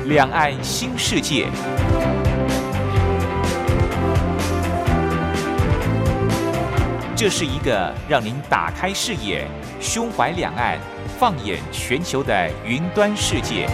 两岸新世界，这是一个让您打开视野、胸怀两岸、放眼全球的云端世界。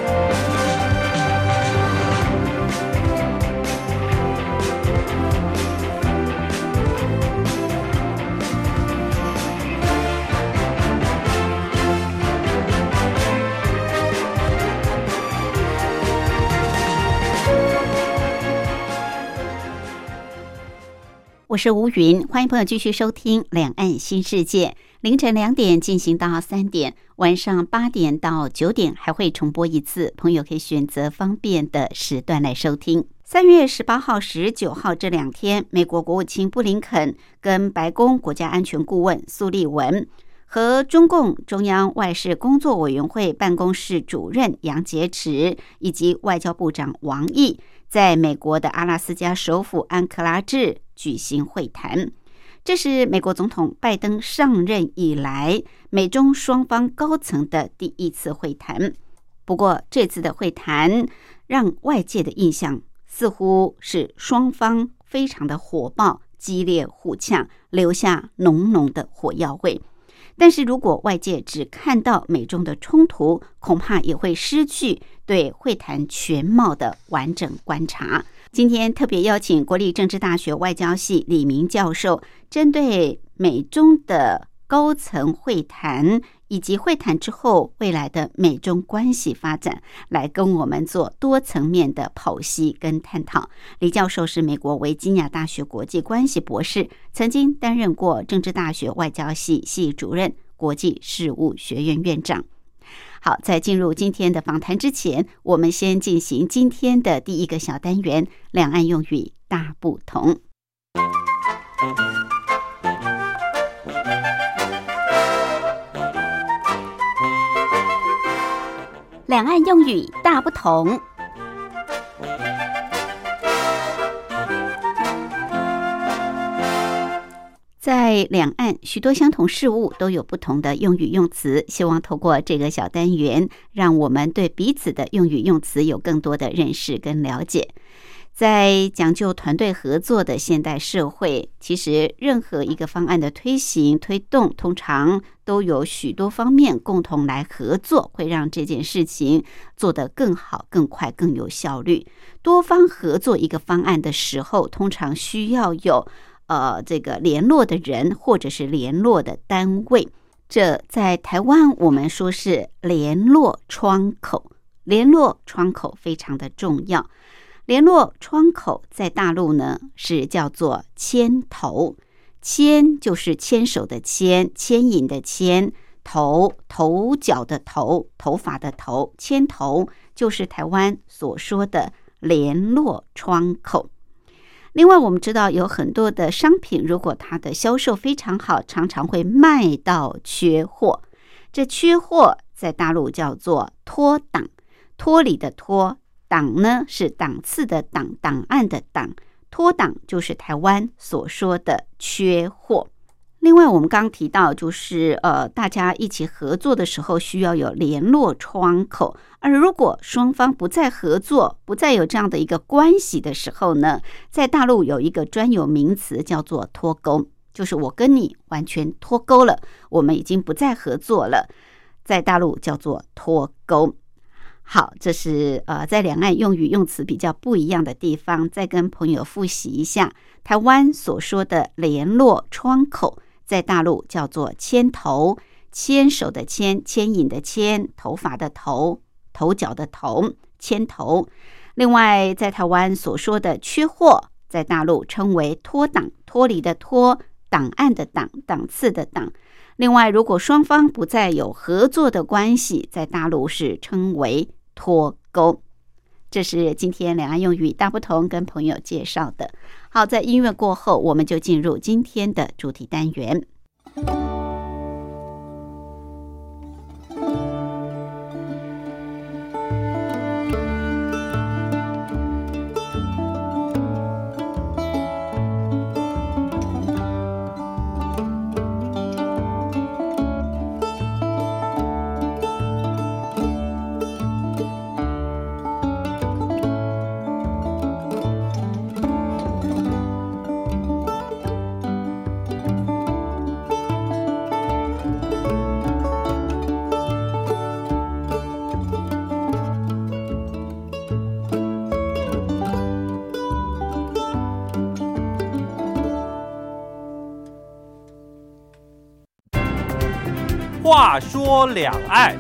我是吴云，欢迎朋友继续收听《两岸新世界》。凌晨2点进行到3点，晚上8点到9点还会重播一次，朋友可以选择方便的时段来收听。3月18号、19号这2天，美国国务卿布林肯跟白宫国家安全顾问苏利文和中共中央外事工作委员会办公室主任杨洁篪以及外交部长王毅在美国的阿拉斯加首府安克拉治举行会谈。这是美国总统拜登上任以来美中双方高层的第一次会谈。不过这次的会谈让外界的印象似乎是双方非常的火爆、激烈互呛，留下浓浓的火药味。但是如果外界只看到美中的冲突，恐怕也会失去对会谈全貌的完整观察。今天特别邀请国立政治大学外交系李明教授，针对美中的高层会谈以及会谈之后未来的美中关系发展，来跟我们做多层面的剖析跟探讨。李教授是美国维吉尼亚大学国际关系博士，曾经担任过政治大学外交系系主任、国际事务学院院长。好，在进入今天的访谈之前，我们先进行今天的第一个小单元——两岸用语大不同。两岸用语大不同。在两岸，许多相同事物都有不同的用语用词，希望透过这个小单元，让我们对彼此的用语用词有更多的认识跟了解。在讲究团队合作的现代社会，其实任何一个方案的推行、推动，通常都有许多方面共同来合作，会让这件事情做得更好、更快、更有效率。多方合作一个方案的时候，通常需要有这个联络的人或者是联络的单位。这在台湾我们说是联络窗口，联络窗口非常的重要。联络窗口在大陆呢是叫做牵头，牵就是牵手的牵，牵引的牵，头角的头，头发的头，牵头就是台湾所说的联络窗口。另外我们知道有很多的商品，如果它的销售非常好，常常会卖到缺货。这缺货在大陆叫做脱档，脱离的脱，档呢是档次的档，档案的档，脱档就是台湾所说的缺货。另外我们刚刚提到就是大家一起合作的时候需要有联络窗口，而如果双方不再合作，不再有这样的一个关系的时候呢，在大陆有一个专有名词叫做脱钩，就是我跟你完全脱钩了，我们已经不再合作了，在大陆叫做脱钩。好，这是在两岸用语用词比较不一样的地方，再跟朋友复习一下。台湾所说的联络窗口，在大陆叫做牵头，牵手的牵，牵引的牵，头发的头，头角的头，牵头。另外在台湾所说的缺货，在大陆称为脱档，脱离的脱，档案的档，档次的档。另外如果双方不再有合作的关系，在大陆是称为脱钩。这是今天两岸用语大不同跟朋友介绍的。好，在音乐过后，我们就进入今天的主题单元。 话说两岸。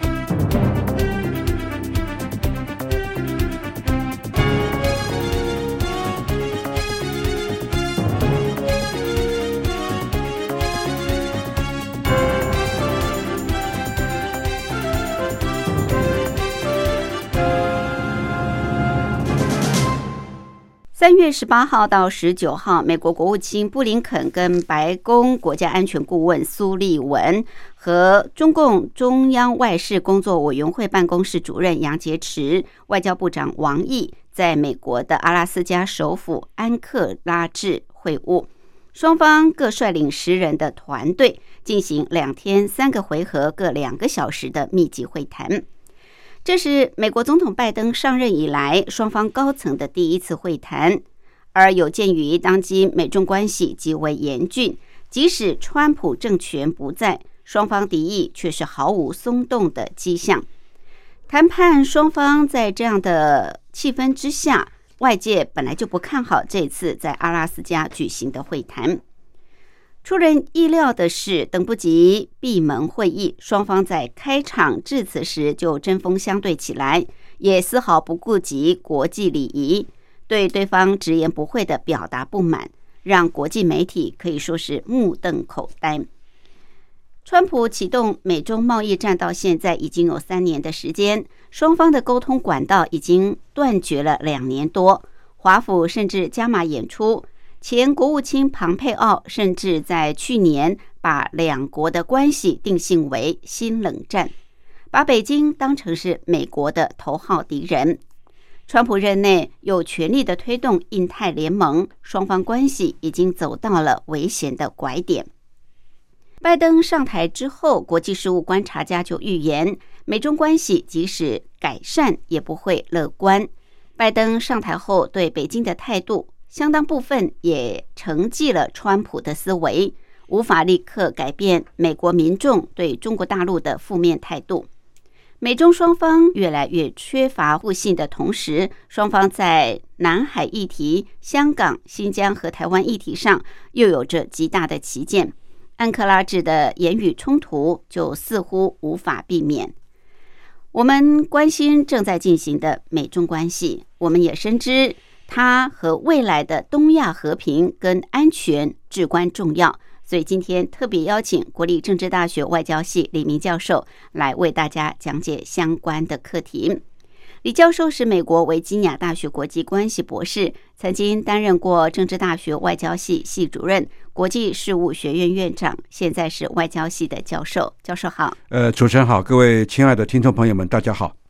3月18号到19号，美国国务卿布林肯跟白宫国家安全顾问苏利文和中共中央外事工作委员会办公室主任杨洁篪、外交部长王毅在美国的阿拉斯加首府安克拉治会晤，双方各率领10人的团队进行2天3个回合各2个小时的密集会谈。这是美国总统拜登上任以来双方高层的第一次会谈，而有鉴于当今美中关系极为严峻，即使川普政权不在，双方敌意却是毫无松动的迹象。谈判双方在这样的气氛之下，外界本来就不看好这次在阿拉斯加举行的会谈。出人意料的是，等不及闭门会议，双方在开场致辞时就针锋相对起来，也丝毫不顾及国际礼仪，对对方直言不讳地表达不满，让国际媒体可以说是目瞪口呆。川普启动美中贸易战到现在已经有3年的时间，双方的沟通管道已经断绝了2年多，华府甚至加码演出。前国务卿庞佩奥甚至在去年把2国的关系定性为新冷战，把北京当成是美国的头号敌人。川普任内有全力的推动印太联盟，双方关系已经走到了危险的拐点。拜登上台之后，国际事务观察家就预言，美中关系即使改善也不会乐观。拜登上台后对北京的态度相当部分也承继了川普的思维，无法立刻改变美国民众对中国大陆的负面态度。美中双方越来越缺乏互信的同时，双方在南海议题、香港、新疆和台湾议题上又有着极大的歧见，安克拉治的言语冲突就似乎无法避免。我们关心正在进行的美中关系，我们也深知它和未来的东亚和平跟安全至关重要，所以今天特别邀请国立政治大学外交系李明教授来为大家讲解相关的课题。李教授是美国维吉尼亚大学国际关系博士，曾经担任过政治大学外交系系主任、国际事务学院院长，现在是外交系的教授。教授好。 主持人好，各位亲爱的听众朋友们，大家好。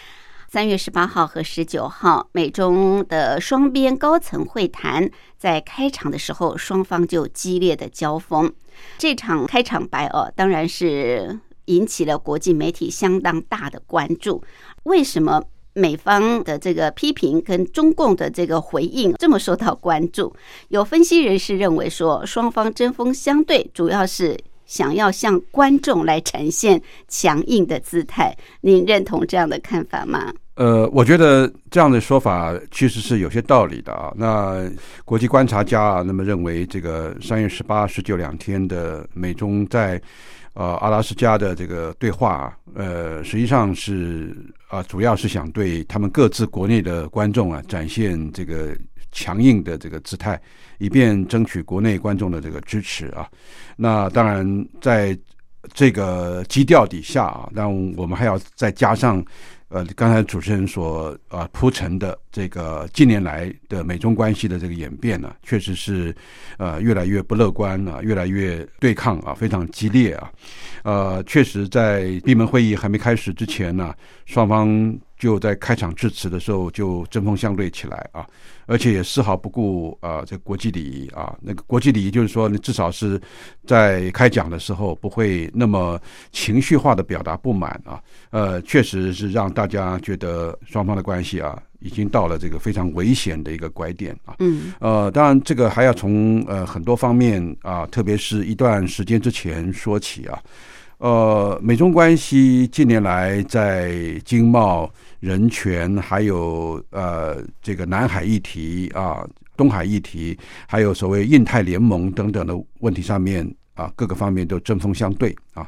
3月18号和19号，美中的双边高层会谈在开场的时候，双方就激烈的交锋。这场开场白当然是引起了国际媒体相当大的关注。为什么美方的这个批评跟中共的这个回应这么受到关注？有分析人士认为说，双方针锋相对，主要是想要向观众来展现强硬的姿态。您认同这样的看法吗？ 我觉得这样的说法其实是有些道理的啊。那国际观察家那么认为，这个3月18、19 2天的美中在阿拉斯加的这个对话，实际上是主要是想对他们各自国内的观众展现这个强硬的这个姿态，以便争取国内观众的这个支持啊。那当然，在这个基调底下那我们还要再加上刚才主持人所铺陈的这个近年来的美中关系的这个演变呢，确实是越来越不乐观越来越对抗非常激烈确实在闭门会议还没开始之前呢，双方就在开场致辞的时候就针锋相对起来而且也丝毫不顾这国际礼仪那个国际礼仪就是说，你至少是在开讲的时候不会那么情绪化的表达不满确实是让大家觉得双方的关系已经到了这个非常危险的一个拐点当然这个还要从很多方面特别是一段时间之前说起美中关系近年来在经贸、人权，还有这个南海议题东海议题，还有所谓印太联盟等等的问题上面各个方面都针锋相对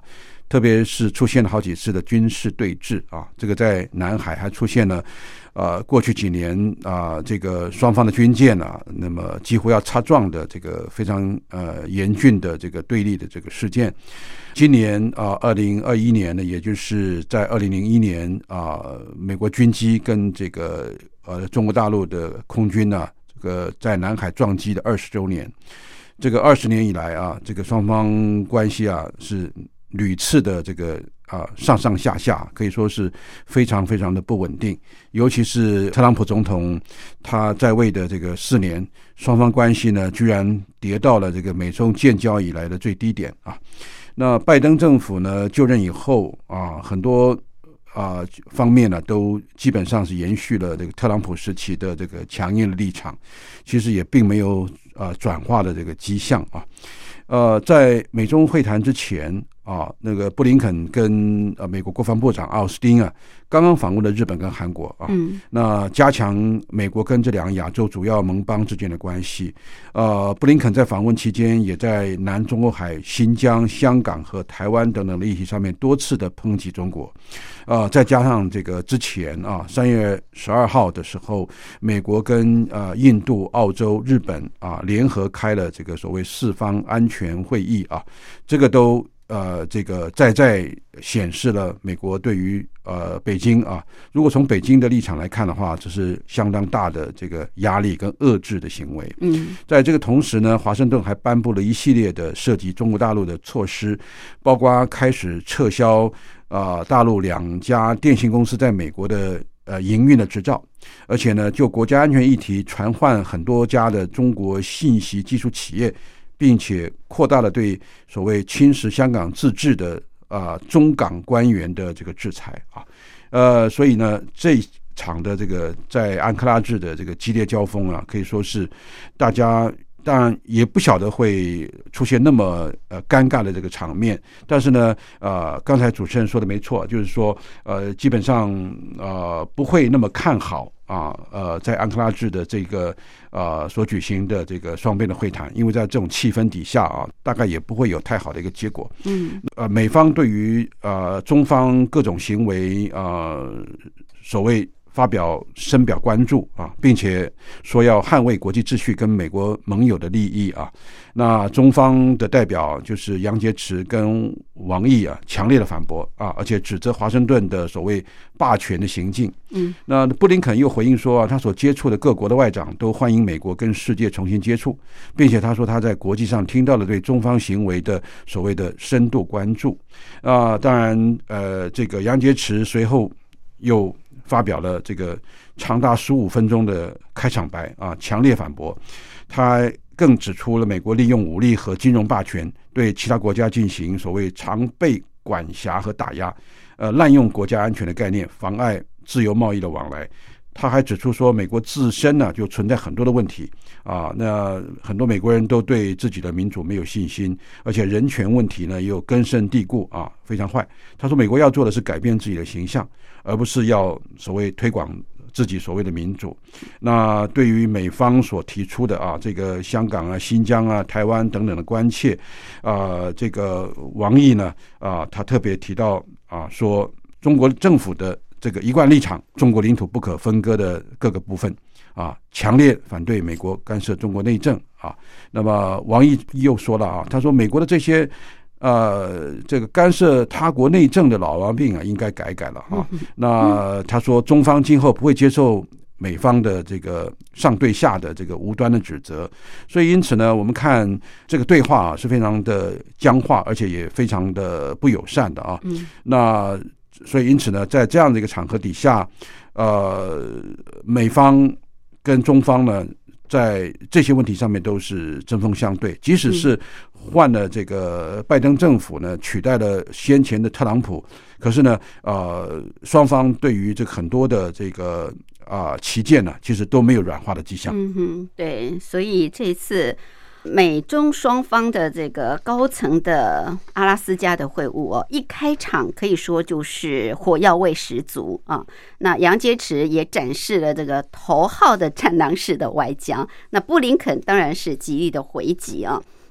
特别是出现了好几次的军事对峙啊，这个在南海还出现了过去几年这个双方的军舰那么几乎要擦撞的这个非常严峻的这个对立的这个事件。今年2021年呢，也就是在2001年美国军机跟这个中国大陆的空军这个在南海撞击的20周年。这个20年以来这个双方关系是屡次的这个上上下下，可以说是非常非常的不稳定。尤其是特朗普总统他在位的这个4年，双方关系呢居然跌到了这个美中建交以来的最低点那拜登政府呢就任以后很多方面呢都基本上是延续了这个特朗普时期的这个强硬的立场，其实也并没有转化的这个迹象在美中会谈之前那个布林肯跟美国国防部长奥斯汀刚刚访问了日本跟韩国那加强美国跟这两个亚洲主要盟邦之间的关系。布林肯在访问期间也在南中国海、新疆、香港和台湾等等的议题上面多次的抨击中国。再加上这个之前3月12号的时候，美国跟印度、澳洲、日本联合开了这个所谓4方安全会议这个都这个在显示了美国对于北京如果从北京的立场来看的话，这是相当大的这个压力跟遏制的行为。在这个同时呢，华盛顿还颁布了一系列的涉及中国大陆的措施，包括开始撤销大陆2家电信公司在美国的营运的执照，而且呢就国家安全议题传唤很多家的中国信息技术企业，并且扩大了对所谓侵蚀香港自治的中港官员的这个制裁所以呢这场的这个在安克拉治的这个激烈交锋可以说是大家当然也不晓得会出现那么尴尬的这个场面，但是呢刚才主持人说的没错，就是说基本上不会那么看好在安克拉治的这个所举行的这个双边的会谈，因为在这种气氛底下大概也不会有太好的一个结果。美方对于中方各种行为所谓深表关注并且说要捍卫国际秩序跟美国盟友的利益那中方的代表就是杨洁篪跟王毅强烈的反驳而且指责华盛顿的所谓霸权的行径。那布林肯又回应说他所接触的各国的外长都欢迎美国跟世界重新接触，并且他说他在国际上听到了对中方行为的所谓的深度关注。当然这个杨洁篪随后又发表了这个长达15分钟的开场白强烈反驳。他更指出了美国利用武力和金融霸权对其他国家进行所谓常备管辖和打压，滥用国家安全的概念，妨碍自由贸易的往来。他还指出说美国自身就存在很多的问题那很多美国人都对自己的民主没有信心，而且人权问题呢也有根深蒂固非常坏。他说美国要做的是改变自己的形象，而不是要所谓推广自己所谓的民主。那对于美方所提出的这个香港新疆台湾等等的关切这个王毅呢他特别提到说中国政府的这个一贯立场，中国领土不可分割的各个部分强烈反对美国干涉中国内政那么王毅又说了他说美国的这些这个干涉他国内政的老毛病应该改了那他说中方今后不会接受美方的这个上对下的这个无端的指责。所以因此呢，我们看这个对话是非常的僵化，而且也非常的不友善的那所以因此呢，在这样的一个场合底下美方跟中方呢在这些问题上面都是针锋相对。即使是换了这个拜登政府呢，取代了先前的特朗普，可是呢双方对于这个很多的这个旗舰呢其实都没有软化的迹象。 对，所以这次美中双方的这个高层的阿拉斯加的会晤一开场可以说就是火药味十足那杨洁篪也展示了这个头号的战狼式的外交，那布林肯当然是极力的回击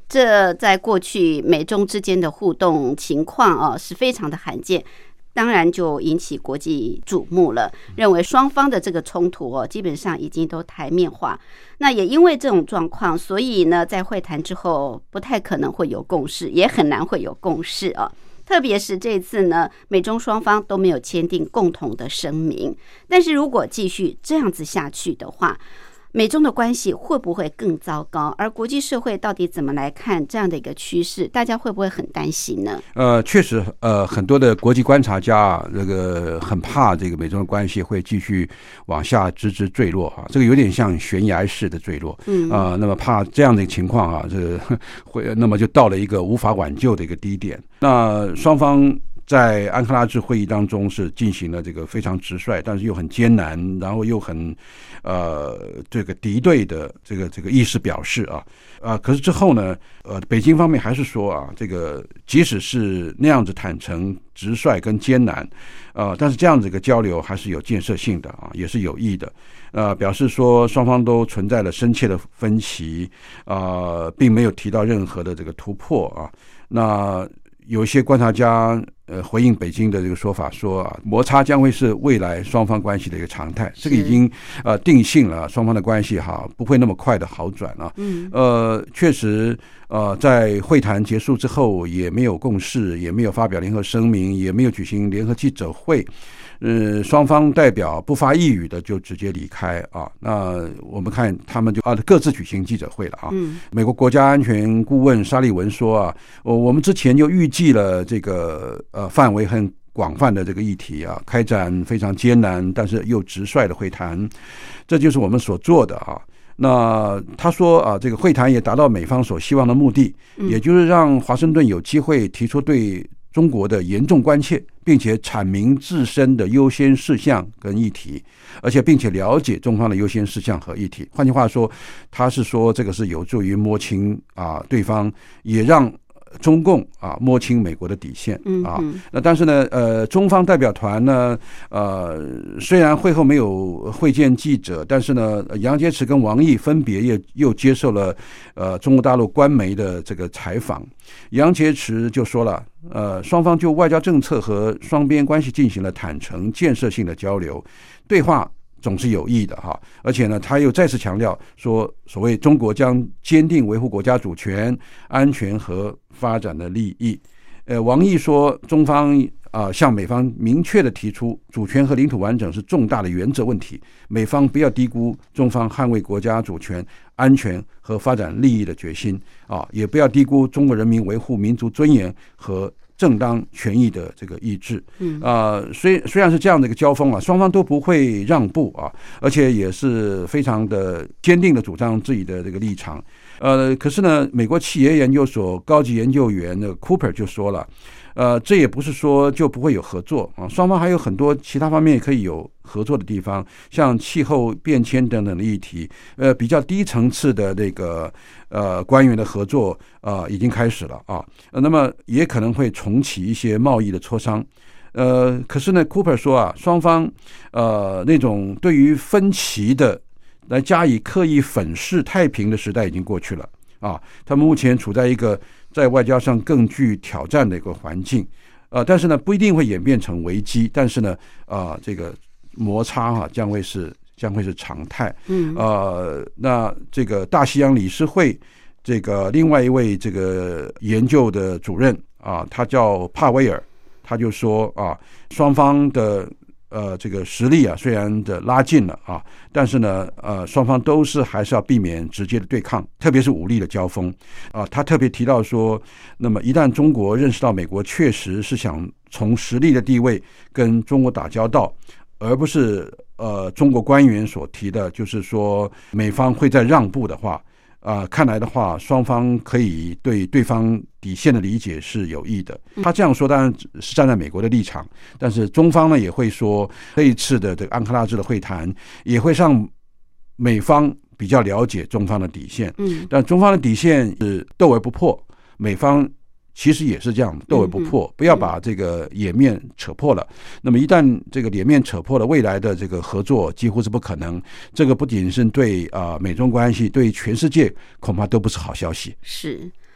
这在过去美中之间的互动情况是非常的罕见，当然就引起国际瞩目了，认为双方的这个冲突基本上已经都台面化。那也因为这种状况，所以呢，在会谈之后不太可能会有共识，也很难会有共识特别是这次呢，美中双方都没有签订共同的声明。但是如果继续这样子下去的话，美中的关系会不会更糟糕？而国际社会到底怎么来看这样的一个趋势？大家会不会很担心呢？ 确实，很多的国际观察家这个很怕这个美中的关系会继续往下直直坠落这个有点像悬崖式的坠落。那么怕这样的情况这个会，那么就到了一个无法挽救的一个低点。那双方在安克拉治会议当中是进行了这个非常直率，但是又很艰难，然后又很这个敌对的这个意思表示可是之后呢，北京方面还是说这个即使是那样子坦诚、直率跟艰难，但是这样子一个交流还是有建设性的也是有益的。表示说双方都存在了深切的分歧，并没有提到任何的这个突破那有一些观察家回应北京的这个说法说摩擦将会是未来双方关系的一个常态，这个已经定性了双方的关系不会那么快的好转确实在会谈结束之后也没有共识，也没有发表联合声明，也没有举行联合记者会。双方代表不发一语的就直接离开那我们看他们就各自举行记者会了美国国家安全顾问沙利文说我们之前就预计了这个范围很广泛的这个议题开展非常艰难但是又直率的会谈，这就是我们所做的那他说这个会谈也达到美方所希望的目的，也就是让华盛顿有机会提出对中国的严重关切，并且阐明自身的优先事项跟议题，而且并且了解中方的优先事项和议题。换句话说，他是说这个是有助于摸清对方，也让中共摸清美国的底线那但是呢中方代表团呢虽然会后没有会见记者，但是呢杨洁篪跟王毅分别又接受了中国大陆官媒的这个采访。杨洁篪就说了双方就外交政策和双边关系进行了坦诚建设性的交流，对话总是有益的而且呢他又再次强调说所谓中国将坚定维护国家主权、安全和发展的利益。王毅说中方向美方明确的提出主权和领土完整是重大的原则问题，美方不要低估中方捍卫国家主权、安全和发展利益的决心也不要低估中国人民维护民族尊严和正当权益的这个意志。虽然是这样的一个交锋双方都不会让步而且也是非常的坚定的主张自己的这个立场。可是呢，美国企业研究所高级研究员的 Cooper 就说了，这也不是说就不会有合作双方还有很多其他方面可以有合作的地方，像气候变迁等等的议题，比较低层次的这个官员的合作已经开始了那么也可能会重启一些贸易的磋商。可是呢 Cooper 说双方那种对于分歧的来加以刻意粉饰太平的时代已经过去了他们目前处在一个在外交上更具挑战的一个环境但是呢不一定会演变成危机，但是呢这个摩擦将会是常态。那这个大西洋理事会这个另外一位这个研究的主任他叫帕威尔，他就说双方的这个实力虽然的拉近了但是呢双方都是还是要避免直接的对抗，特别是武力的交锋他特别提到说，那么一旦中国认识到美国确实是想从实力的地位跟中国打交道，而不是中国官员所提的就是说美方会再让步的话看来的话双方可以对对方底线的理解是有益的。他这样说当然是站在美国的立场，但是中方呢也会说这一次的这个安克拉治的会谈也会让美方比较了解中方的底线。但中方的底线是斗而不破，美方其实也是这样斗而不破，不要把这个脸面扯破了。那么一旦这个脸面扯破了，未来的这个合作几乎是不可能。这个不仅是对美中关系，对全世界恐怕都不是好消息。 是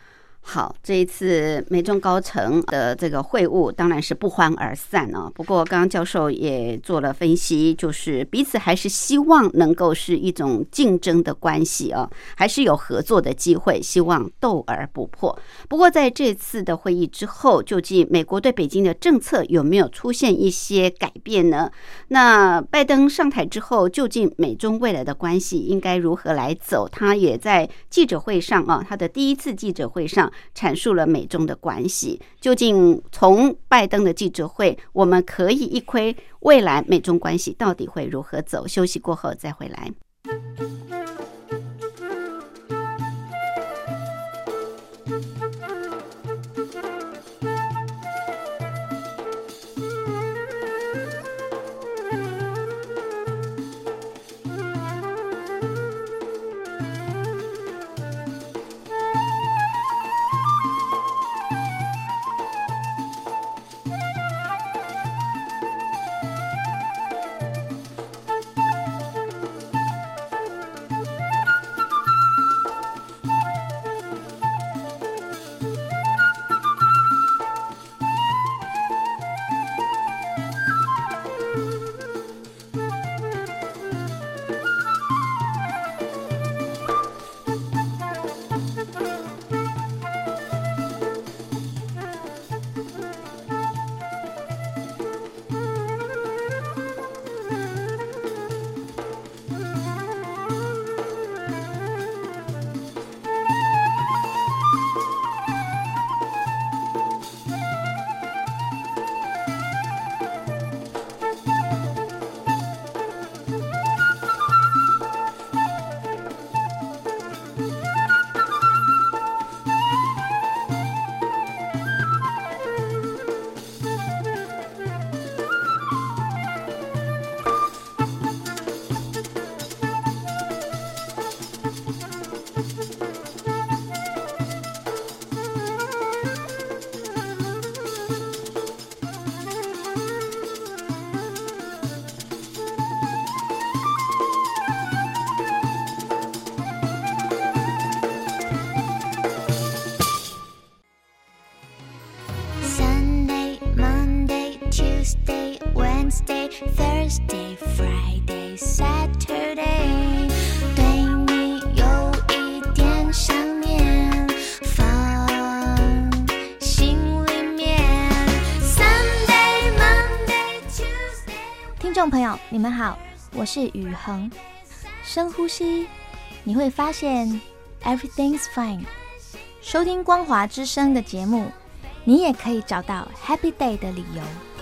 好，这一次美中高层的这个会晤当然是不欢而散啊。不过刚刚教授也做了分析，就是彼此还是希望能够是一种竞争的关系啊，还是有合作的机会，希望斗而不破。不过在这次的会议之后，究竟美国对北京的政策有没有出现一些改变呢？那拜登上台之后，究竟美中未来的关系应该如何来走？他也在记者会上啊，他的第一次记者会上阐述了美中的关系。究竟从拜登的记者会，我们可以一窥未来美中关系到底会如何走？休息过后再回来。 Wednesday, Thursday, Friday, Saturday， 对你有一点想念，放心里面。Sunday, Monday, Tuesday。听众朋友，你们好，我是雨恒。深呼吸，你会发现 everything's fine。收听光华之声的节目，你也可以找到 Happy Day 的理由。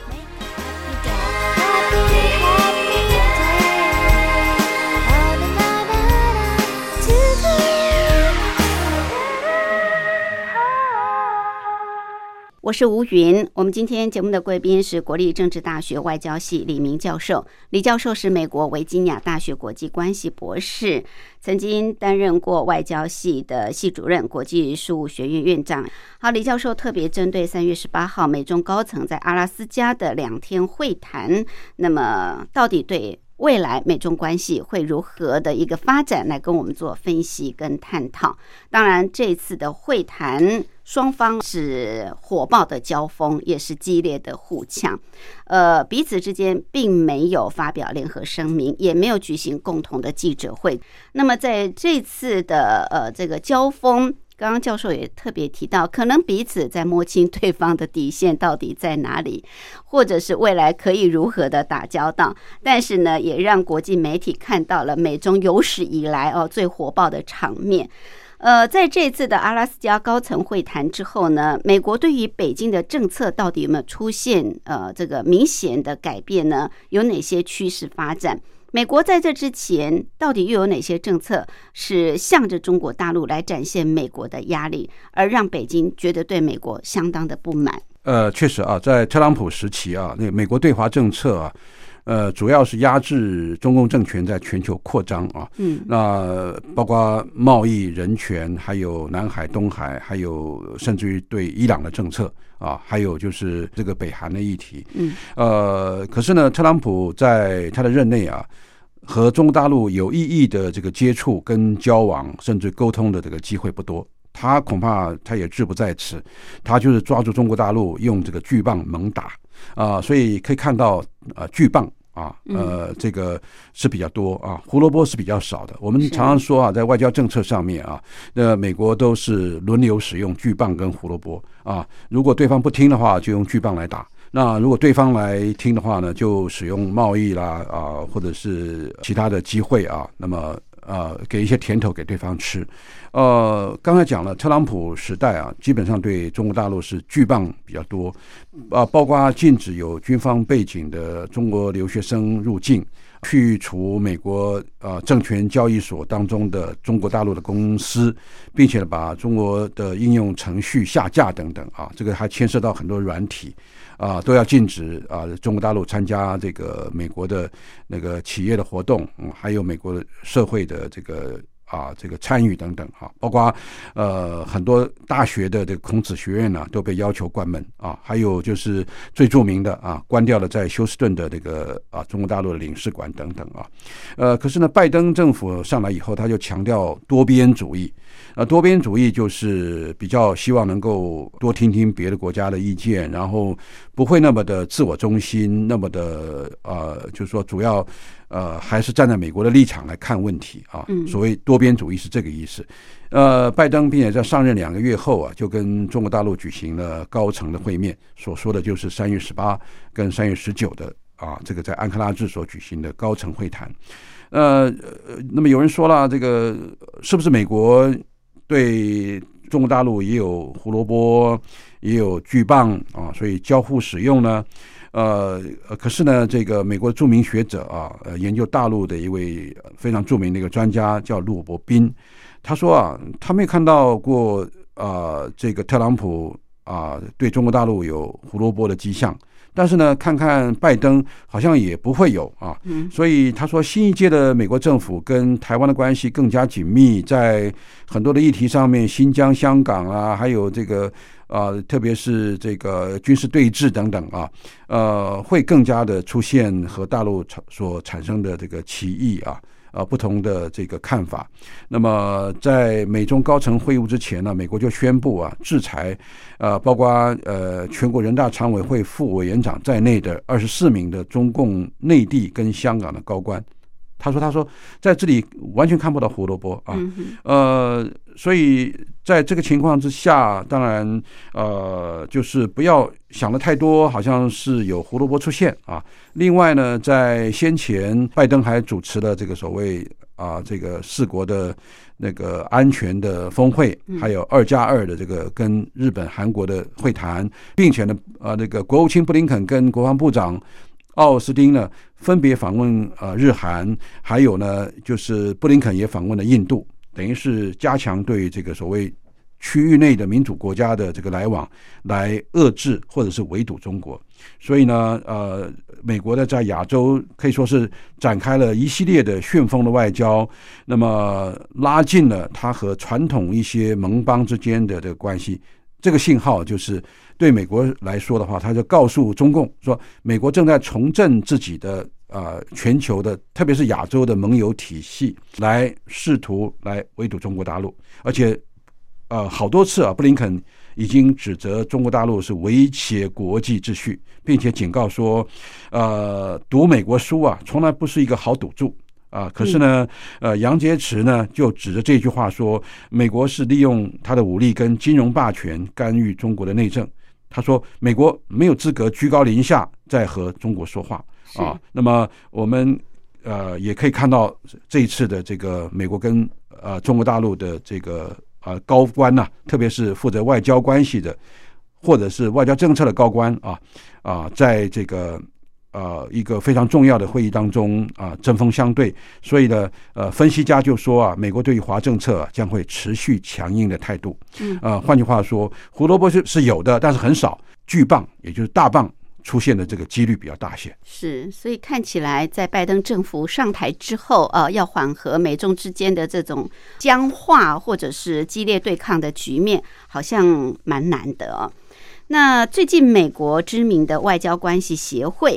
我是吴云，我们今天节目的贵宾是国立政治大学外交系李明教授。李教授是美国维吉尼亚大学国际关系博士，曾经担任过外交系的系主任、国际事务学院院长。好，李教授特别针对3月18号美中高层在阿拉斯加的2天会谈，那么到底对未来美中关系会如何的一个发展来跟我们做分析跟探讨。当然这次的会谈双方是火爆的交锋，也是激烈的互呛，彼此之间并没有发表联合声明，也没有举行共同的记者会。那么在这次的这个交锋，刚刚教授也特别提到，可能彼此在摸清对方的底线到底在哪里，或者是未来可以如何的打交道。但是呢，也让国际媒体看到了美中有史以来最火爆的场面。在这次的阿拉斯加高层会谈之后呢，美国对于北京的政策到底有没有出现这个明显的改变呢？有哪些趋势发展？美国在这之前到底又有哪些政策是向着中国大陆来展现美国的压力，而让北京觉得对美国相当的不满？ 确实啊，在特朗普时期啊，那美国对华政策啊，主要是压制中共政权在全球扩张啊，那包括贸易、人权，还有南海、东海，还有甚至于对伊朗的政策啊，还有就是这个北韩的议题。可是呢，特朗普在他的任内啊，和中国大陆有意义的这个接触跟交往，甚至沟通的这个机会不多他恐怕他也志不在此，他就是抓住中国大陆用这个巨棒猛打所以可以看到巨棒这个是比较多胡萝卜是比较少的。我们常常说在外交政策上面美国都是轮流使用巨棒跟胡萝卜如果对方不听的话，就用巨棒来打。那如果对方来听的话呢，就使用贸易啦或者是其他的机会那么给一些甜头给对方吃。刚才讲了，特朗普时代基本上对中国大陆是巨棒比较多包括禁止有军方背景的中国留学生入境，去除美国证券交易所当中的中国大陆的公司，并且把中国的应用程序下架等等这个还牵涉到很多软体都要禁止中国大陆参加这个美国的那个企业的活动还有美国的社会的这个参与等等包括很多大学的这个孔子学院都被要求关门还有就是最著名的关掉了在休斯顿的这个中国大陆的领事馆等等可是呢，拜登政府上来以后，他就强调多边主义多边主义就是比较希望能够多听听别的国家的意见，然后不会那么的自我中心，那么的就是说主要还是站在美国的立场来看问题所谓多边主义是这个意思。拜登并且在上任2个月后就跟中国大陆举行了高层的会面，所说的就是3月18跟3月19的这个在安克拉治所举行的高层会谈。那么有人说了，这个是不是美国对中国大陆也有胡萝卜也有巨棒所以交互使用呢？可是呢，这个美国著名学者研究大陆的一位非常著名的一个专家叫陆伯宾，他说他没有看到过这个特朗普对中国大陆有胡萝卜的迹象，但是呢，看看拜登好像也不会有所以他说新一届的美国政府跟台湾的关系更加紧密，在很多的议题上面，新疆、香港还有这个特别是这个军事对峙等等会更加的出现和大陆所产生的这个歧义不同的这个看法。那么在美中高层会晤之前呢，美国就宣布制裁包括全国人大常委会副委员长在内的24名的中共内地跟香港的高官。他说在这里完全看不到胡萝卜所以在这个情况之下，当然就是不要想得太多，好像是有胡萝卜出现另外呢，在先前拜登还主持了这个所谓这个4国的那个安全的峰会，还有2+2的这个跟日本、韩国的会谈，并且呢那个国务卿布林肯跟国防部长奥斯汀呢分别访问日韩，还有呢就是布林肯也访问了印度，等于是加强对这个所谓区域内的民主国家的这个来往，来遏制或者是围堵中国。所以呢美国的在亚洲可以说是展开了一系列的旋风的外交，那么拉近了它和传统一些盟邦之间的这个关系。这个信号就是对美国来说的话，他就告诉中共说，美国正在重振自己的全球的特别是亚洲的盟友体系，来试图来围堵中国大陆。而且好多次布林肯已经指责中国大陆是威胁国际秩序，并且警告说读美国书从来不是一个好赌注可是呢杨洁篪呢就指着这句话说，美国是利用他的武力跟金融霸权干预中国的内政。他说美国没有资格居高临下在和中国说话那么我们也可以看到这一次的这个美国跟中国大陆的这个高官特别是负责外交关系的或者是外交政策的高官在这个一个非常重要的会议当中针锋相对。所以呢分析家就说美国对于华政策将会持续强硬的态度换句话说，胡萝卜是有的，但是很少，巨棒也就是大棒出现的这个几率比较大些。 是，所以看起来在拜登政府上台之后要缓和美中之间的这种僵化或者是激烈对抗的局面好像蛮难的那最近美国知名的外交关系协会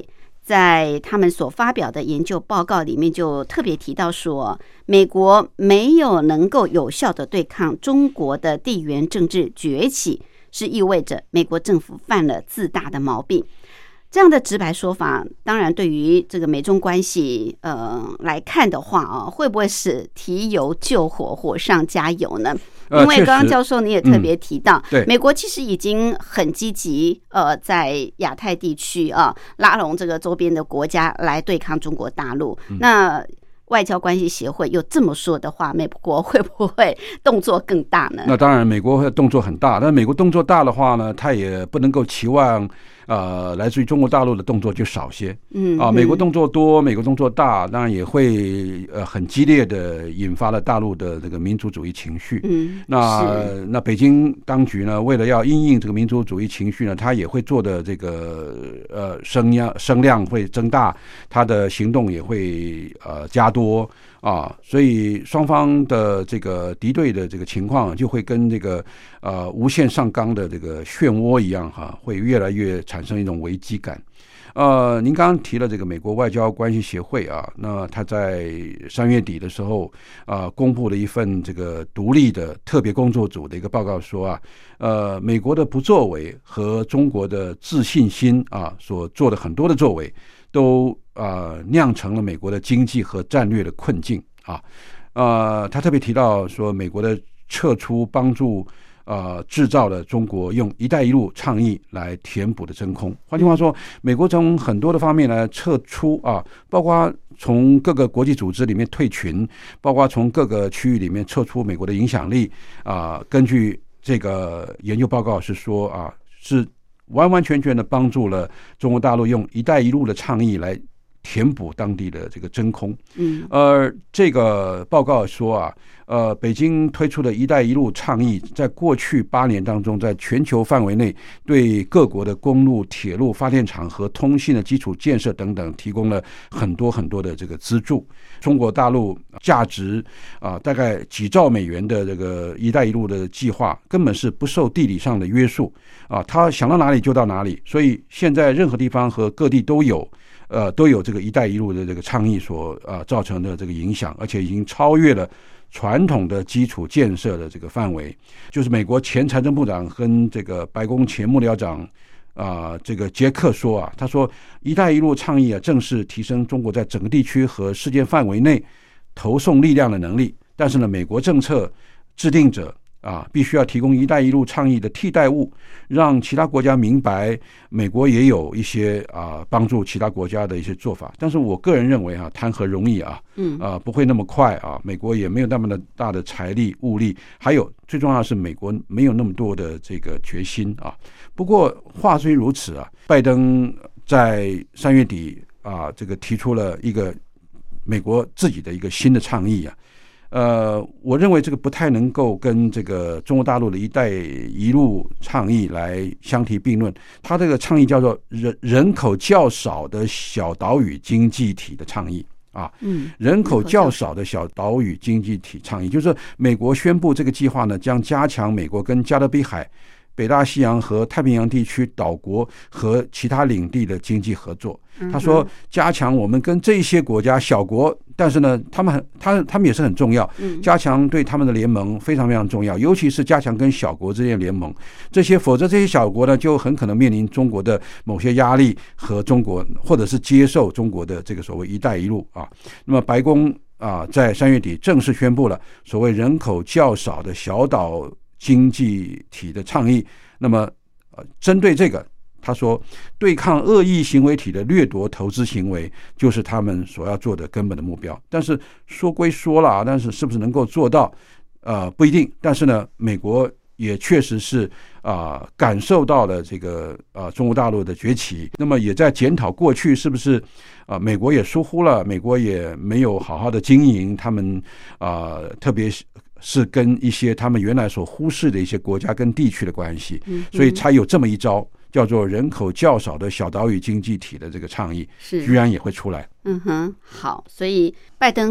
在他们所发表的研究报告里面就特别提到说，美国没有能够有效的对抗中国的地缘政治崛起，是意味着美国政府犯了自大的毛病。这样的直白说法，当然对于这个美中关系来看的话啊，会不会是提油救火，火上加油呢？因为刚刚教授你也特别提到， 对， 美国其实已经很积极在亚太地区啊拉拢这个周边的国家来对抗中国大陆。那外交关系协会又这么说的话，美国会不会动作更大呢？ 那当然，美国会动作很大，但美国动作大的话呢，他也不能够期望来自于中国大陆的动作就少些。美国动作多，美国动作大，当然也会很激烈的引发了大陆的这个民族主义情绪。那北京当局呢，为了要因应这个民族主义情绪呢，他也会做的这个声量会增大，他的行动也会加多所以双方的这个敌对的这个情况就会跟这个无限上纲的这个漩涡一样会越来越产生一种危机感。您刚刚提了这个美国外交关系协会那他在3月底的时候公布了一份这个独立的特别工作组的一个报告说美国的不作为和中国的自信心所做的很多的作为都酿成了美国的经济和战略的困境他特别提到说，美国的撤出帮助制造了中国用一带一路倡议来填补的真空。换句话说，美国从很多的方面来撤出包括从各个国际组织里面退群，包括从各个区域里面撤出美国的影响力根据这个研究报告是说是完完全全的帮助了中国大陆用一带一路的倡议来填补当地的这个真空。而这个报告说北京推出的一带一路倡议在过去8年当中，在全球范围内对各国的公路、铁路、发电厂和通信的基础建设等等提供了很多很多的这个资助。中国大陆价值大概几兆美元的这个一带一路的计划根本是不受地理上的约束他想到哪里就到哪里，所以现在任何地方和各地都有这个一带一路的这个倡议所造成的这个影响，而且已经超越了传统的基础建设的这个范围。就是美国前财政部长跟这个白宫前幕僚长这个杰克说他说一带一路倡议正是提升中国在整个地区和世界范围内投送力量的能力，但是呢，美国政策制定者必须要提供一带一路倡议的替代物，让其他国家明白美国也有一些帮助其他国家的一些做法。但是我个人认为谈何容易不会那么快美国也没有那么的大的财力物力，还有最重要的是美国没有那么多的这个决心不过话虽如此拜登在3月底这个提出了一个美国自己的一个新的倡议我认为这个不太能够跟这个中国大陆的一带一路倡议来相提并论。它这个倡议叫做人口较少的小岛屿经济体的倡议人口较少的小岛屿经济体倡议，就是美国宣布这个计划呢，将加强美国跟加勒比海、北大西洋和太平洋地区岛国和其他领地的经济合作。他说加强我们跟这些国家小国，但是呢他们也是很重要，加强对他们的联盟非常非常重要，尤其是加强跟小国之间的联盟，否则这些小国呢就很可能面临中国的某些压力和中国或者是接受中国的这个所谓一带一路那么白宫在3月底正式宣布了所谓人口较少的小岛经济体的倡议。那么针对这个他说对抗恶意行为体的掠夺投资行为就是他们所要做的根本的目标。但是说归说了但是是不是能够做到不一定。但是呢美国也确实是感受到了这个中国大陆的崛起，那么也在检讨过去是不是美国也疏忽了，美国也没有好好的经营他们特别是跟一些他们原来所忽视的一些国家跟地区的关系，所以才有这么一招叫做人口较少的小岛屿经济体的这个倡议居然也会出来。 好，所以拜登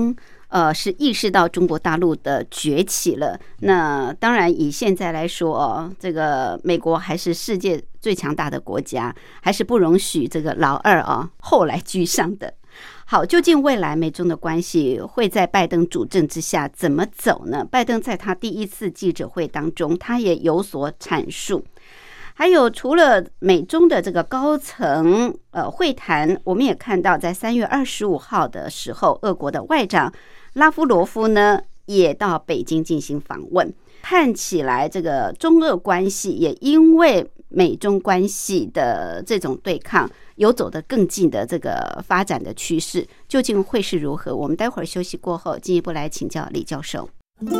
是意识到中国大陆的崛起了。那当然，以现在来说，这个美国还是世界最强大的国家，还是不容许这个老二后来居上的。好，究竟未来美中的关系会在拜登主政之下怎么走呢？拜登在他第一次记者会当中，他也有所阐述。还有，除了美中的这个高层会谈，我们也看到，在3月25号的时候，俄国的外长拉夫罗夫呢也到北京进行访问。看起来，这个中俄关系也因为美中关系的这种对抗，有走得更近的这个发展的趋势，究竟会是如何？我们待会儿休息过后，进一步来请教李教授。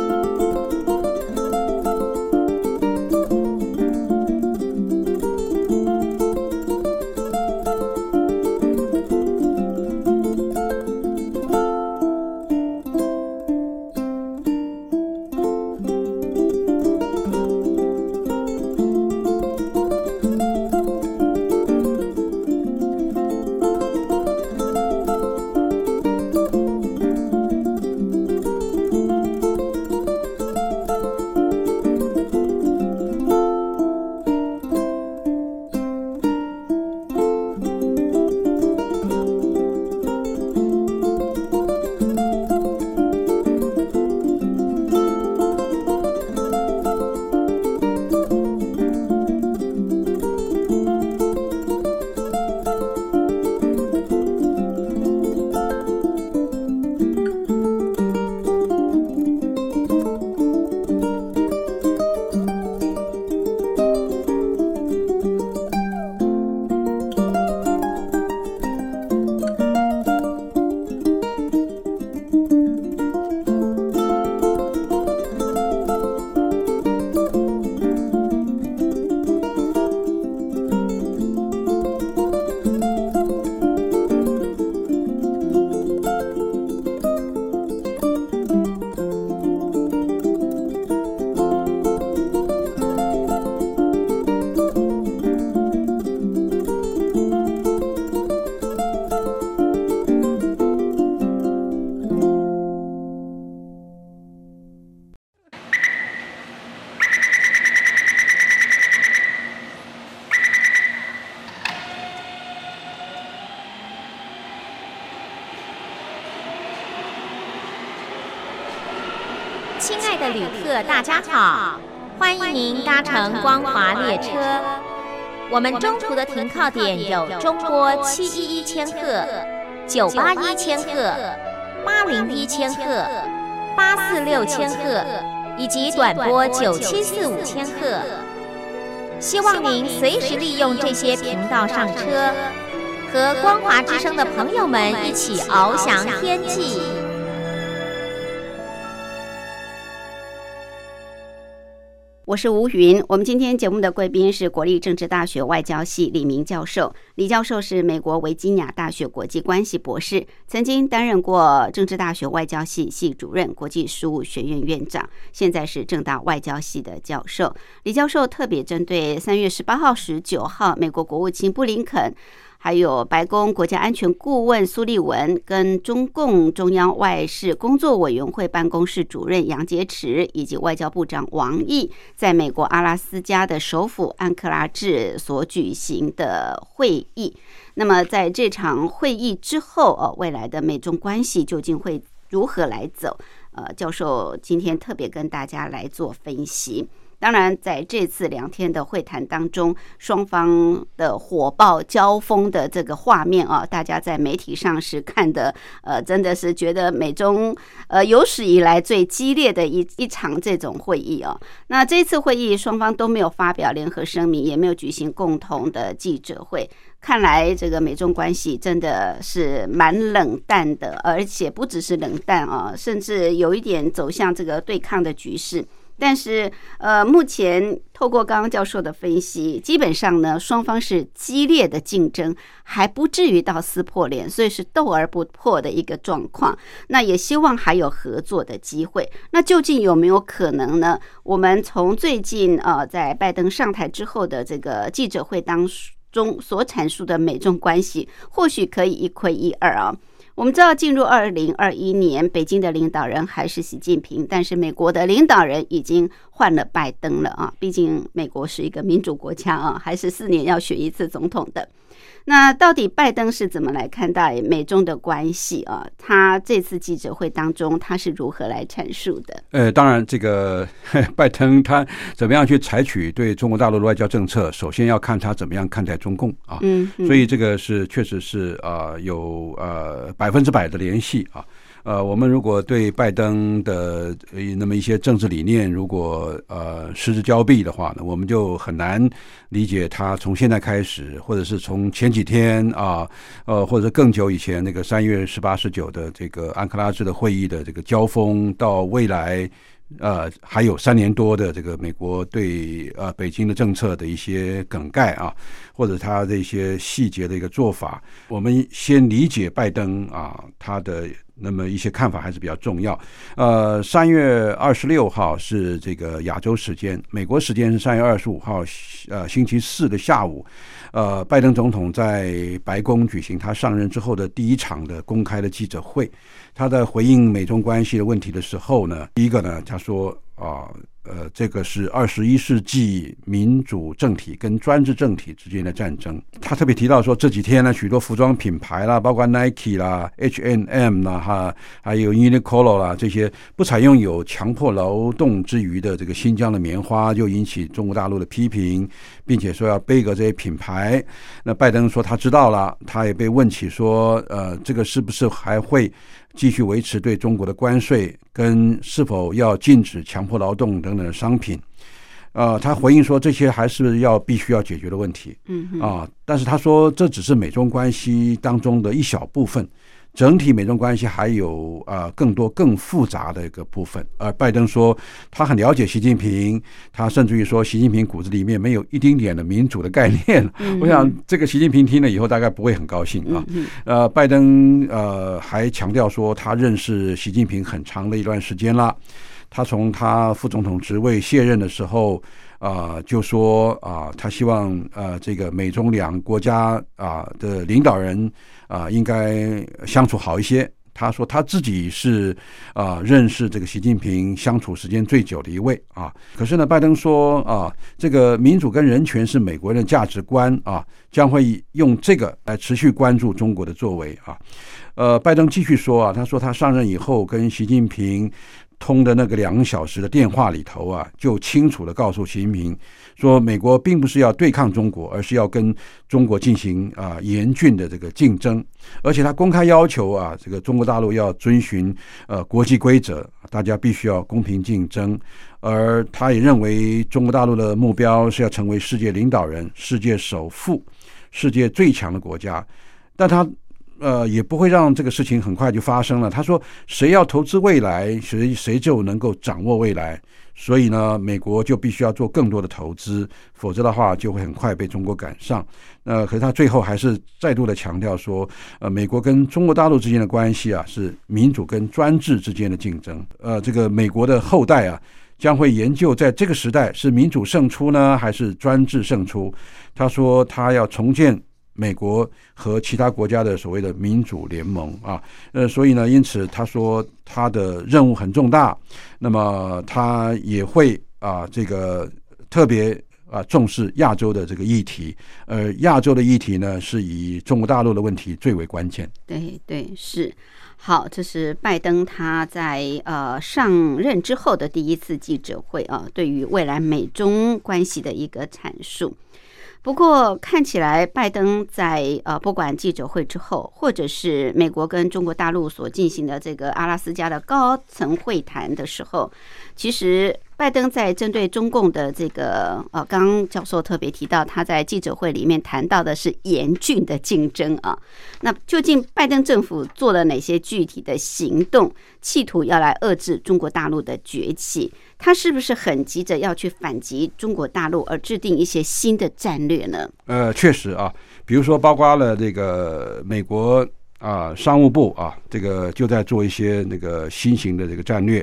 亲爱的旅客，大家好，欢迎您搭乘光华列车。我们中途的停靠点有中波711千赫、981千赫、801千赫、846千赫以及短波9745千赫。希望您随时利用这些频道上车，和光华之声的朋友们一起翱翔天际。 我是吴云，我们今天节目的贵宾是国立政治大学外交系李明教授。李教授是美国维吉尼亚大学国际关系博士，曾经担任过政治大学外交系系主任、国际事务学院院长，现在是政大外交系的教授。李教授特别针对3月18号、19号美国国务卿布林肯，还有白宫国家安全顾问苏利文跟中共中央外事工作委员会办公室主任杨洁篪以及外交部长王毅在美国阿拉斯加的首府安克拉治所举行的会议。那么在这场会议之后，未来的美中关系究竟会如何来走？教授今天特别跟大家来做分析。当然，在这次2天的会谈当中，双方的火爆交锋的这个画面大家在媒体上是看的，真的是觉得美中有史以来最激烈的一场这种会议那这次会议双方都没有发表联合声明，也没有举行共同的记者会。看来这个美中关系真的是蛮冷淡的，而且不只是冷淡甚至有一点走向这个对抗的局势。但是目前透过刚刚教授的分析，基本上呢双方是激烈的竞争，还不至于到撕破脸，所以是斗而不破的一个状况。那也希望还有合作的机会。那究竟有没有可能呢？我们从最近在拜登上台之后的这个记者会当中所阐述的美中关系，或许可以一窥一二我们知道，进入2021年，北京的领导人还是习近平，但是美国的领导人已经换了拜登了啊。毕竟美国是一个民主国家啊，还是4年要选一次总统的。那到底拜登是怎么来看待美中的关系啊？他这次记者会当中，他是如何来阐述的？ 当然，这个拜登他怎么样去采取对中国大陆的外交政策，首先要看他怎么样看待中共啊。所以这个是确实是有100%的联系啊。我们如果对拜登的那么一些政治理念如果失之交臂的话呢，我们就很难理解他从现在开始，或者是从前几天或者更久以前那个3月18、19的这个安克拉治的会议的这个交锋，到未来还有3年多的这个美国对北京的政策的一些梗概啊，或者他的一些细节的一个做法，我们先理解拜登他的那么一些看法还是比较重要。3月26号是这个亚洲时间，美国时间是3月25号星期四的下午。拜登总统在白宫举行他上任之后的第一场的公开的记者会。他在回应美中关系的问题的时候呢，第一个呢，他说这个是21世纪民主政体跟专制政体之间的战争。他特别提到说，这几天呢，许多服装品牌啦，包括 Nike 啦、H&M 啦，还有 Uniqlo 啦，这些不采用有强迫劳动之余的这个新疆的棉花，就引起中国大陆的批评，并且说要背革这些品牌。那拜登说他知道了，他也被问起说，这个是不是还会继续维持对中国的关税，跟是否要禁止强迫劳动等等的商品。他回应说这些还是必须要解决的问题。但是他说这只是美中关系当中的一小部分，整体美中关系还有更多更复杂的一个部分。拜登说他很了解习近平，他甚至于说习近平骨子里面没有一丁点的民主的概念。我想这个习近平听了以后大概不会很高兴啊。拜登还强调说他认识习近平很长的一段时间了。他从他副总统职位卸任的时候就说他希望这个美中两国家的领导人应该相处好一些。他说他自己是认识这个习近平相处时间最久的一位可是呢，拜登说这个民主跟人权是美国人的价值观将会用这个来持续关注中国的作为拜登继续说他说他上任以后跟习近平通的那个2个小时的电话里头就清楚地告诉习近平说，美国并不是要对抗中国，而是要跟中国进行严峻的这个竞争。而且他公开要求这个中国大陆要遵循国际规则，大家必须要公平竞争。而他也认为中国大陆的目标是要成为世界领导人、世界首富、世界最强的国家。但他也不会让这个事情很快就发生了。他说谁要投资未来，谁就能够掌握未来。所以呢，美国就必须要做更多的投资，否则的话就会很快被中国赶上。可是他最后还是再度的强调说，美国跟中国大陆之间的关系是民主跟专制之间的竞争。这个美国的后代将会研究在这个时代是民主胜出呢，还是专制胜出。他说他要重建美国和其他国家的所谓的民主联盟所以呢，因此他说他的任务很重大，那么他也会这个特别重视亚洲的这个议题，亚洲的议题呢是以中国大陆的问题最为关键。 对是。好，这是拜登他在上任之后的第一次记者会对于未来美中关系的一个阐述。不过看起来拜登在不管记者会之后，或者是美国跟中国大陆所进行的这个阿拉斯加的高层会谈的时候，其实拜登在针对中共的这个刚刚教授特别提到，他在记者会里面谈到的是严峻的竞争那究竟拜登政府做了哪些具体的行动，企图要来遏制中国大陆的崛起？他是不是很急着要去反击中国大陆，而制定一些新的战略呢？ 确实比如说包括了这个美国商务部这个就在做一些那个新型的这个战略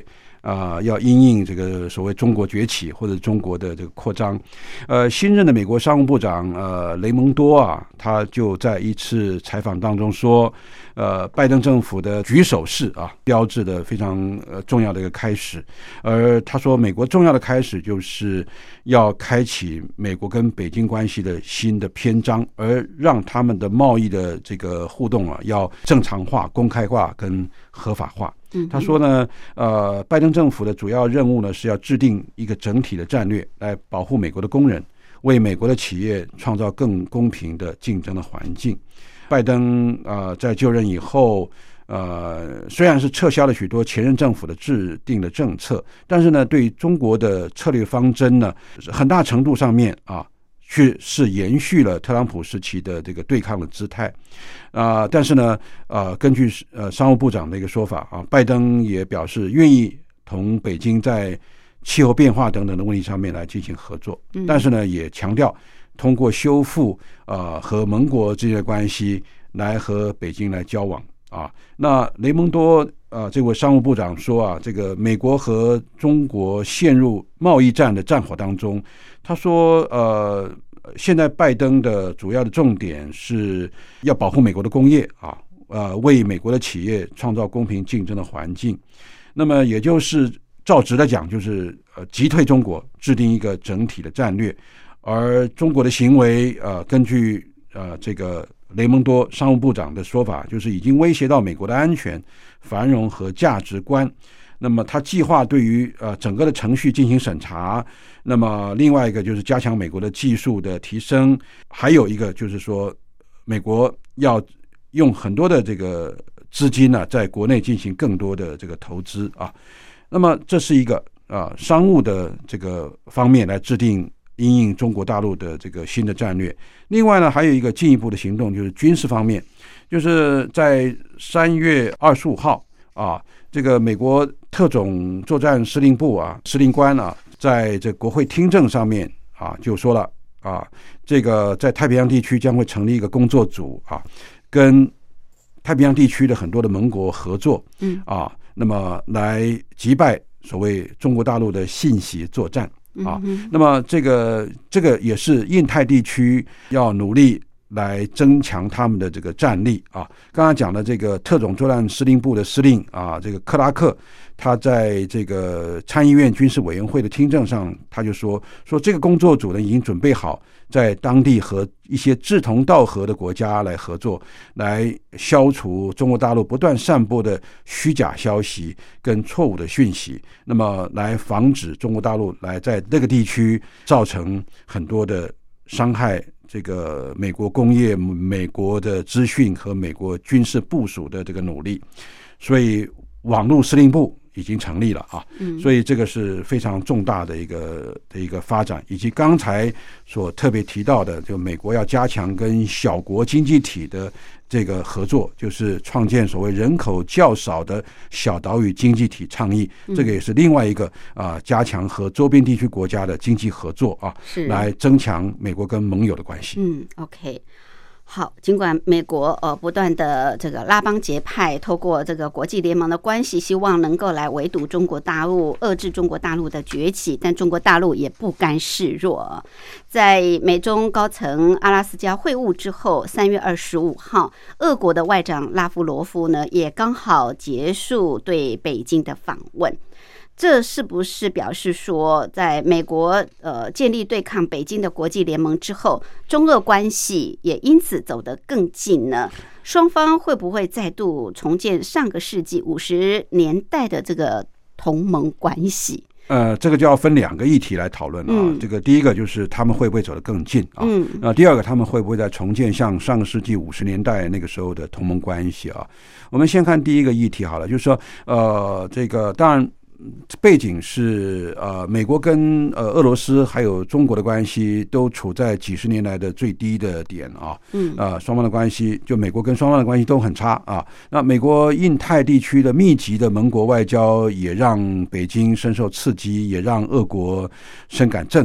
要因应这个所谓中国崛起或者中国的这个扩张。新任的美国商务部长雷蒙多啊，他就在一次采访当中说，拜登政府的举手式啊，标志的非常重要的一个开始。而他说，美国重要的开始就是要开启美国跟北京关系的新的篇章，而让他们的贸易的这个互动啊，要正常化、公开化跟合法化。他说呢，拜登政府的主要任务呢是要制定一个整体的战略，来保护美国的工人，为美国的企业创造更公平的竞争的环境。拜登在就任以后，虽然是撤销了许多前任政府的制定的政策，但是呢，对中国的策略方针呢，很大程度上面是延续了特朗普时期的这个对抗的姿态，但是呢，根据商务部长的一个说法啊，拜登也表示愿意同北京在气候变化等等的问题上面来进行合作，但是呢，也强调通过修复和盟国之间的关系来和北京来交往啊。那雷蒙多这位商务部长说啊，这个美国和中国陷入贸易战的战火当中，他说现在拜登的主要的重点是要保护美国的工业啊，为美国的企业创造公平竞争的环境。那么也就是照直的讲，就是击退中国，制定一个整体的战略。而中国的行为根据这个雷蒙多商务部长的说法，就是已经威胁到美国的安全、繁荣和价值观。那么他计划对于整个的程序进行审查，那么另外一个就是加强美国的技术的提升，还有一个就是说美国要用很多的这个资金呢，在国内进行更多的这个投资啊。那么这是一个商务的这个方面来制定因应中国大陆的这个新的战略。另外呢，还有一个进一步的行动，就是军事方面，就是在3月25号这个美国特种作战司令部司令官在这国会听证上面就说了这个在太平洋地区将会成立一个工作组跟太平洋地区的很多的盟国合作那么来击败所谓中国大陆的信息作战那么这个也是印太地区要努力来增强他们的这个战力刚刚讲的这个特种作战司令部的司令这个克拉克，他在这个参议院军事委员会的听证上，他就说这个工作组呢已经准备好在当地和一些志同道合的国家来合作，来消除中国大陆不断散播的虚假消息跟错误的讯息，那么来防止中国大陆来在这个地区造成很多的伤害这个美国工业、美国的资讯和美国军事部署的这个努力。所以网络司令部已经成立了所以这个是非常重大的一个发展，以及刚才所特别提到的，就美国要加强跟小国经济体的这个合作，就是创建所谓人口较少的小岛屿经济体倡议，这个也是另外一个加强和周边地区国家的经济合作来增强美国跟盟友的关系。 OK。好，尽管美国不断的这个拉帮结派，透过这个国际联盟的关系，希望能够来围堵中国大陆，遏制中国大陆的崛起，但中国大陆也不甘示弱。在美中高层阿拉斯加会晤之后，3月25号，俄国的外长拉夫罗夫呢也刚好结束对北京的访问。这是不是表示说，在美国建立对抗北京的国际联盟之后，中俄关系也因此走得更近呢？双方会不会再度重建上个世纪50年代的这个同盟关系？ 这个就要分两个议题来讨论这个第一个就是他们会不会走得更近第二个他们会不会再重建像上个世纪50年代那个时候的同盟关系我们先看第一个议题好了，就是说这个当然背景是美国跟俄罗斯还有中国的关系都处在几十年来的最低的点双方的关系，就美国跟双方的关系都很差那美国印太地区的密集的盟国外交也让北京深受刺激，也让俄国深感震撼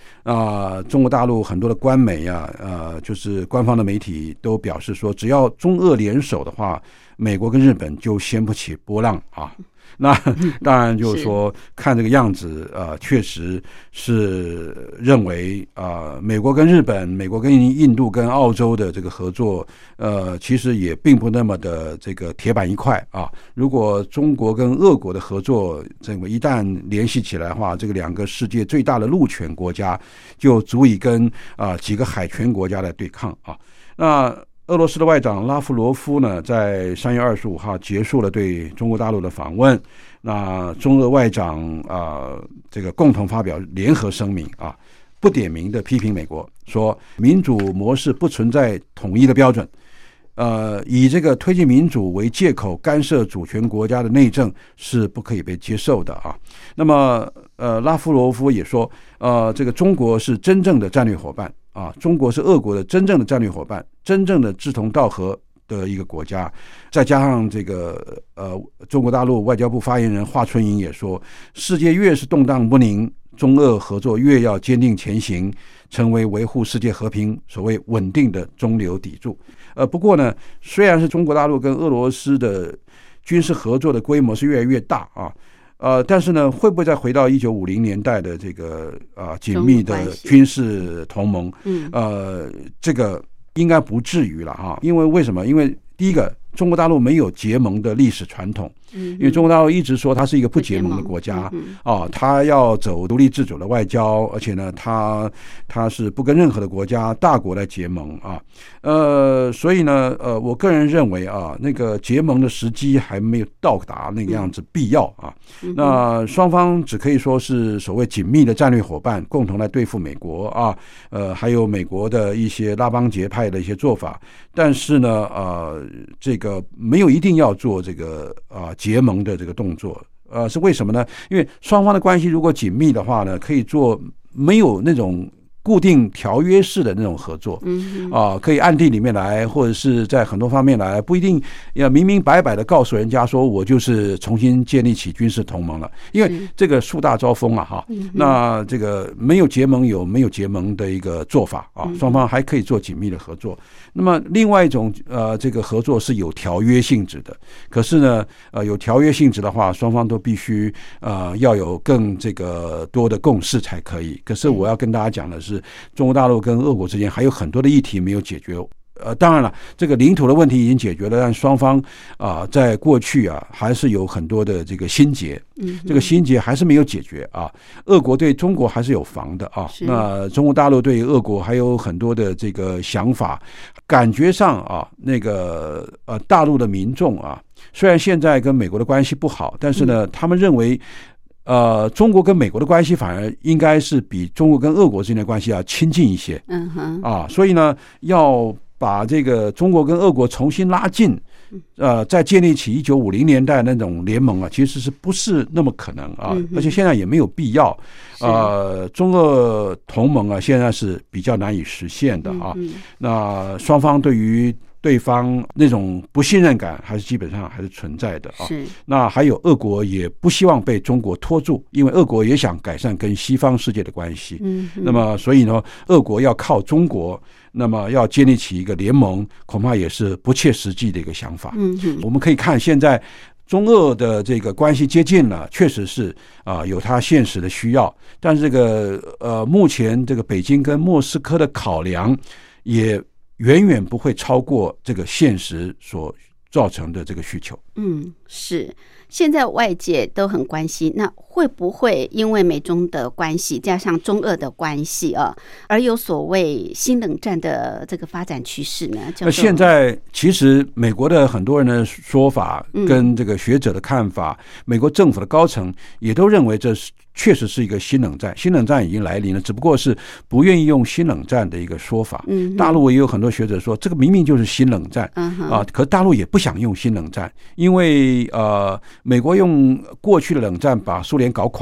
中国大陆很多的官媒就是官方的媒体都表示说，只要中俄联手的话，美国跟日本就掀不起波浪啊。那当然就是说，看这个样子，确实是认为美国跟日本、美国跟印度、跟澳洲的这个合作，其实也并不那么的这个铁板一块啊。如果中国跟俄国的合作，这个一旦联系起来的话，这个2个世界最大的陆权国家就足以跟几个海权国家来对抗啊。那俄罗斯的外长拉夫罗夫呢，在3月25号结束了对中国大陆的访问。那中俄外长这个共同发表联合声明不点名的批评美国，说民主模式不存在统一的标准，以这个推进民主为借口干涉主权国家的内政是不可以被接受的啊。那么拉夫罗夫也说，这个中国是真正的战略伙伴中国是俄国的真正的战略伙伴，真正的志同道合的一个国家。再加上这个中国大陆外交部发言人华春莹也说，世界越是动荡不宁，中俄合作越要坚定前行，成为维护世界和平所谓稳定的中流砥柱。不过呢，虽然是中国大陆跟俄罗斯的军事合作的规模是越来越大但是呢，会不会再回到1950年代的这个紧密的军事同盟？这个应该不至于了因为为什么？因为第一个，中国大陆没有结盟的历史传统，因为中国大陆一直说它是一个不结盟的国家它要走独立自主的外交，而且呢，它是不跟任何的国家大国来结盟所以呢，我个人认为那个结盟的时机还没有到达那个样子必要那双方只可以说是所谓紧密的战略伙伴，共同来对付美国还有美国的一些拉帮结派的一些做法，但是呢，这个没有一定要做这个结盟的这个动作是为什么呢？因为双方的关系如果紧密的话呢，可以做没有那种固定条约式的那种合作可以暗地里面来，或者是在很多方面来，不一定要明明白白的告诉人家说我就是重新建立起军事同盟了，因为这个树大招风那这个没有结盟有没有结盟的一个做法双方还可以做紧密的合作。那么另外一种这个合作是有条约性质的，可是呢有条约性质的话，双方都必须要有更这个多的共识才可以。可是我要跟大家讲的是，中国大陆跟俄国之间还有很多的议题没有解决。当然了，这个领土的问题已经解决了，但双方在过去还是有很多的这个心结，这个心结还是没有解决俄国对中国还是有防的那中国大陆对俄国还有很多的这个想法，感觉上那个大陆的民众虽然现在跟美国的关系不好，但是呢，他们认为中国跟美国的关系反而应该是比中国跟俄国之间的关系要亲近一些所以呢，要把这个中国跟俄国重新拉近再建立起1950年代那种联盟其实是不是那么可能而且现在也没有必要中俄同盟现在是比较难以实现的那双方对于对方那种不信任感还是基本上还是存在的那还有俄国也不希望被中国拖住，因为俄国也想改善跟西方世界的关系那么所以呢，俄国要靠中国，那么要建立起一个联盟，恐怕也是不切实际的一个想法我们可以看现在中俄的这个关系接近了，确实是有它现实的需要，但是这个目前这个北京跟莫斯科的考量也远远不会超过这个现实所造成的这个需求是现在外界都很关心，那会不会因为美中的关系加上中俄的关系而有所谓新冷战的这个发展趋势呢？ 现在其实美国的很多人的说法跟这个学者的看法，美国政府的高层也都认为这确实是一个新冷战，新冷战已经来临了，只不过是不愿意用新冷战的一个说法大陆也有很多学者说这个明明就是新冷战可是大陆也不想用新冷战，因为美国用过去的冷战把苏联搞垮，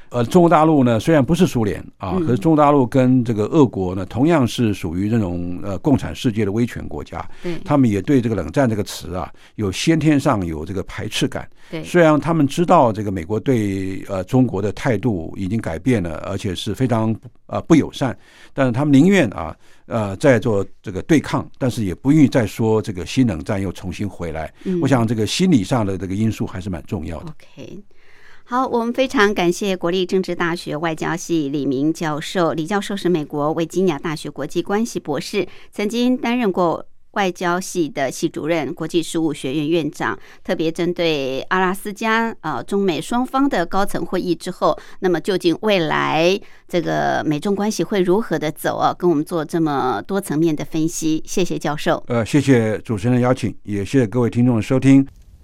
中国大陆呢虽然不是苏联啊，可是中国大陆跟这个俄国呢同样是属于这种共产世界的威权国家，他们也对这个冷战这个词啊有先天上有这个排斥感。虽然他们知道这个美国对中国的态度已经改变了，而且是非常不友善，但是他们宁愿在做这个对抗，但是也不愿意再说这个新冷战又重新回来。我想这个心理上的这个因素还是蛮重要的。 OK。好，我们非常感谢国立政治大学外交系李明教授。李教授是美国维吉尼亚大学国际关系博士，曾经担任过外交系的系主任、国际事务学院院长，特别针对阿拉斯加中美双方的高层会议之后，那么究竟未来这个美中关系会如何的走跟我们做这么多层面的分析。谢谢教授。 谢谢主持人的邀请，也谢谢各位听众的收听。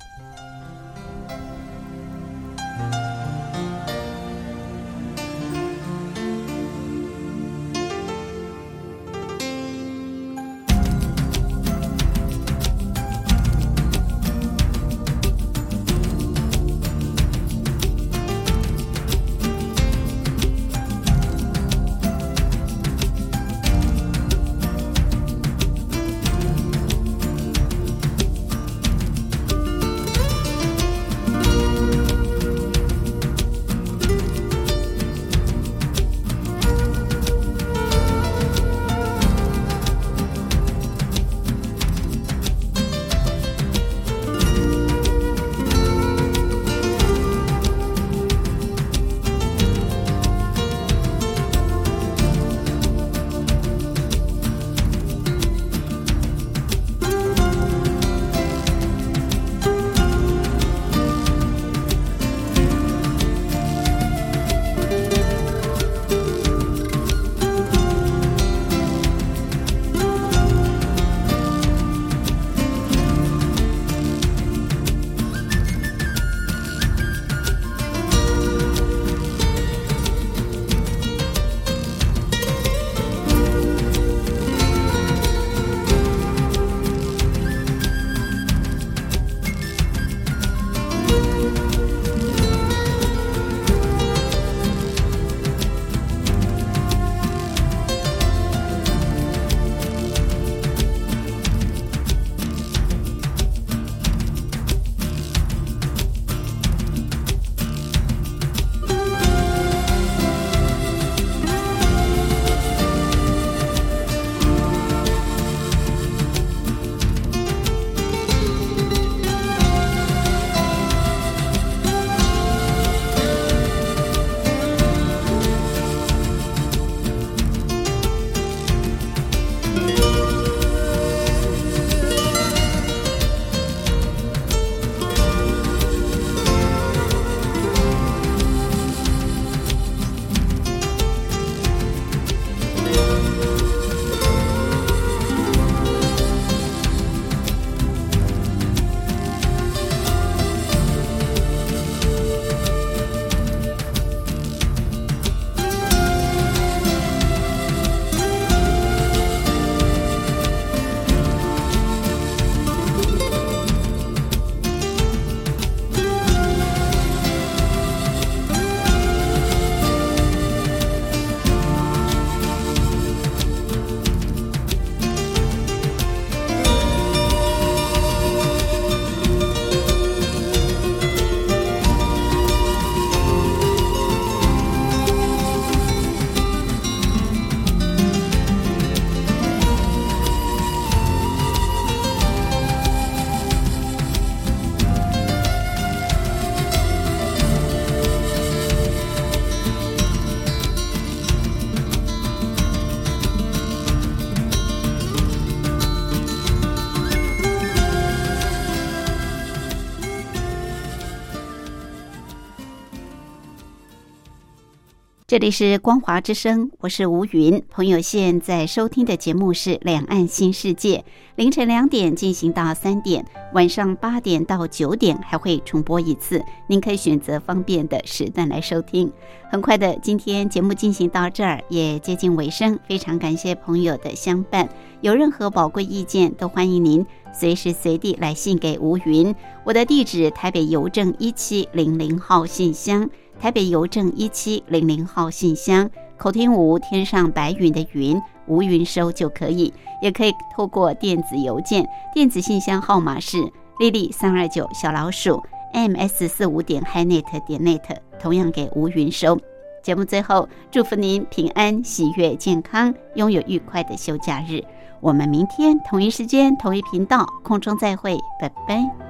这里是光华之声，我是吴云。朋友现在收听的节目是《两岸新世界》，凌晨2点进行到3点，晚上8点到9点还会重播一次，您可以选择方便的时段来收听。很快的，今天节目进行到这儿也接近尾声，非常感谢朋友的相伴。有任何宝贵意见，都欢迎您随时随地来信给吴云。我的地址台北邮政1700号信箱。 台北邮政1700号信箱，口听吴天上白云的云，吴云收就可以，也可以透过电子邮件，电子信箱号码是lily329小老鼠ms45.hinet.net， 同样给吴云收。节目最后，祝福您平安、喜悦、健康，拥有愉快的休假日。我们明天同一时间、同一频道空中再会，拜拜。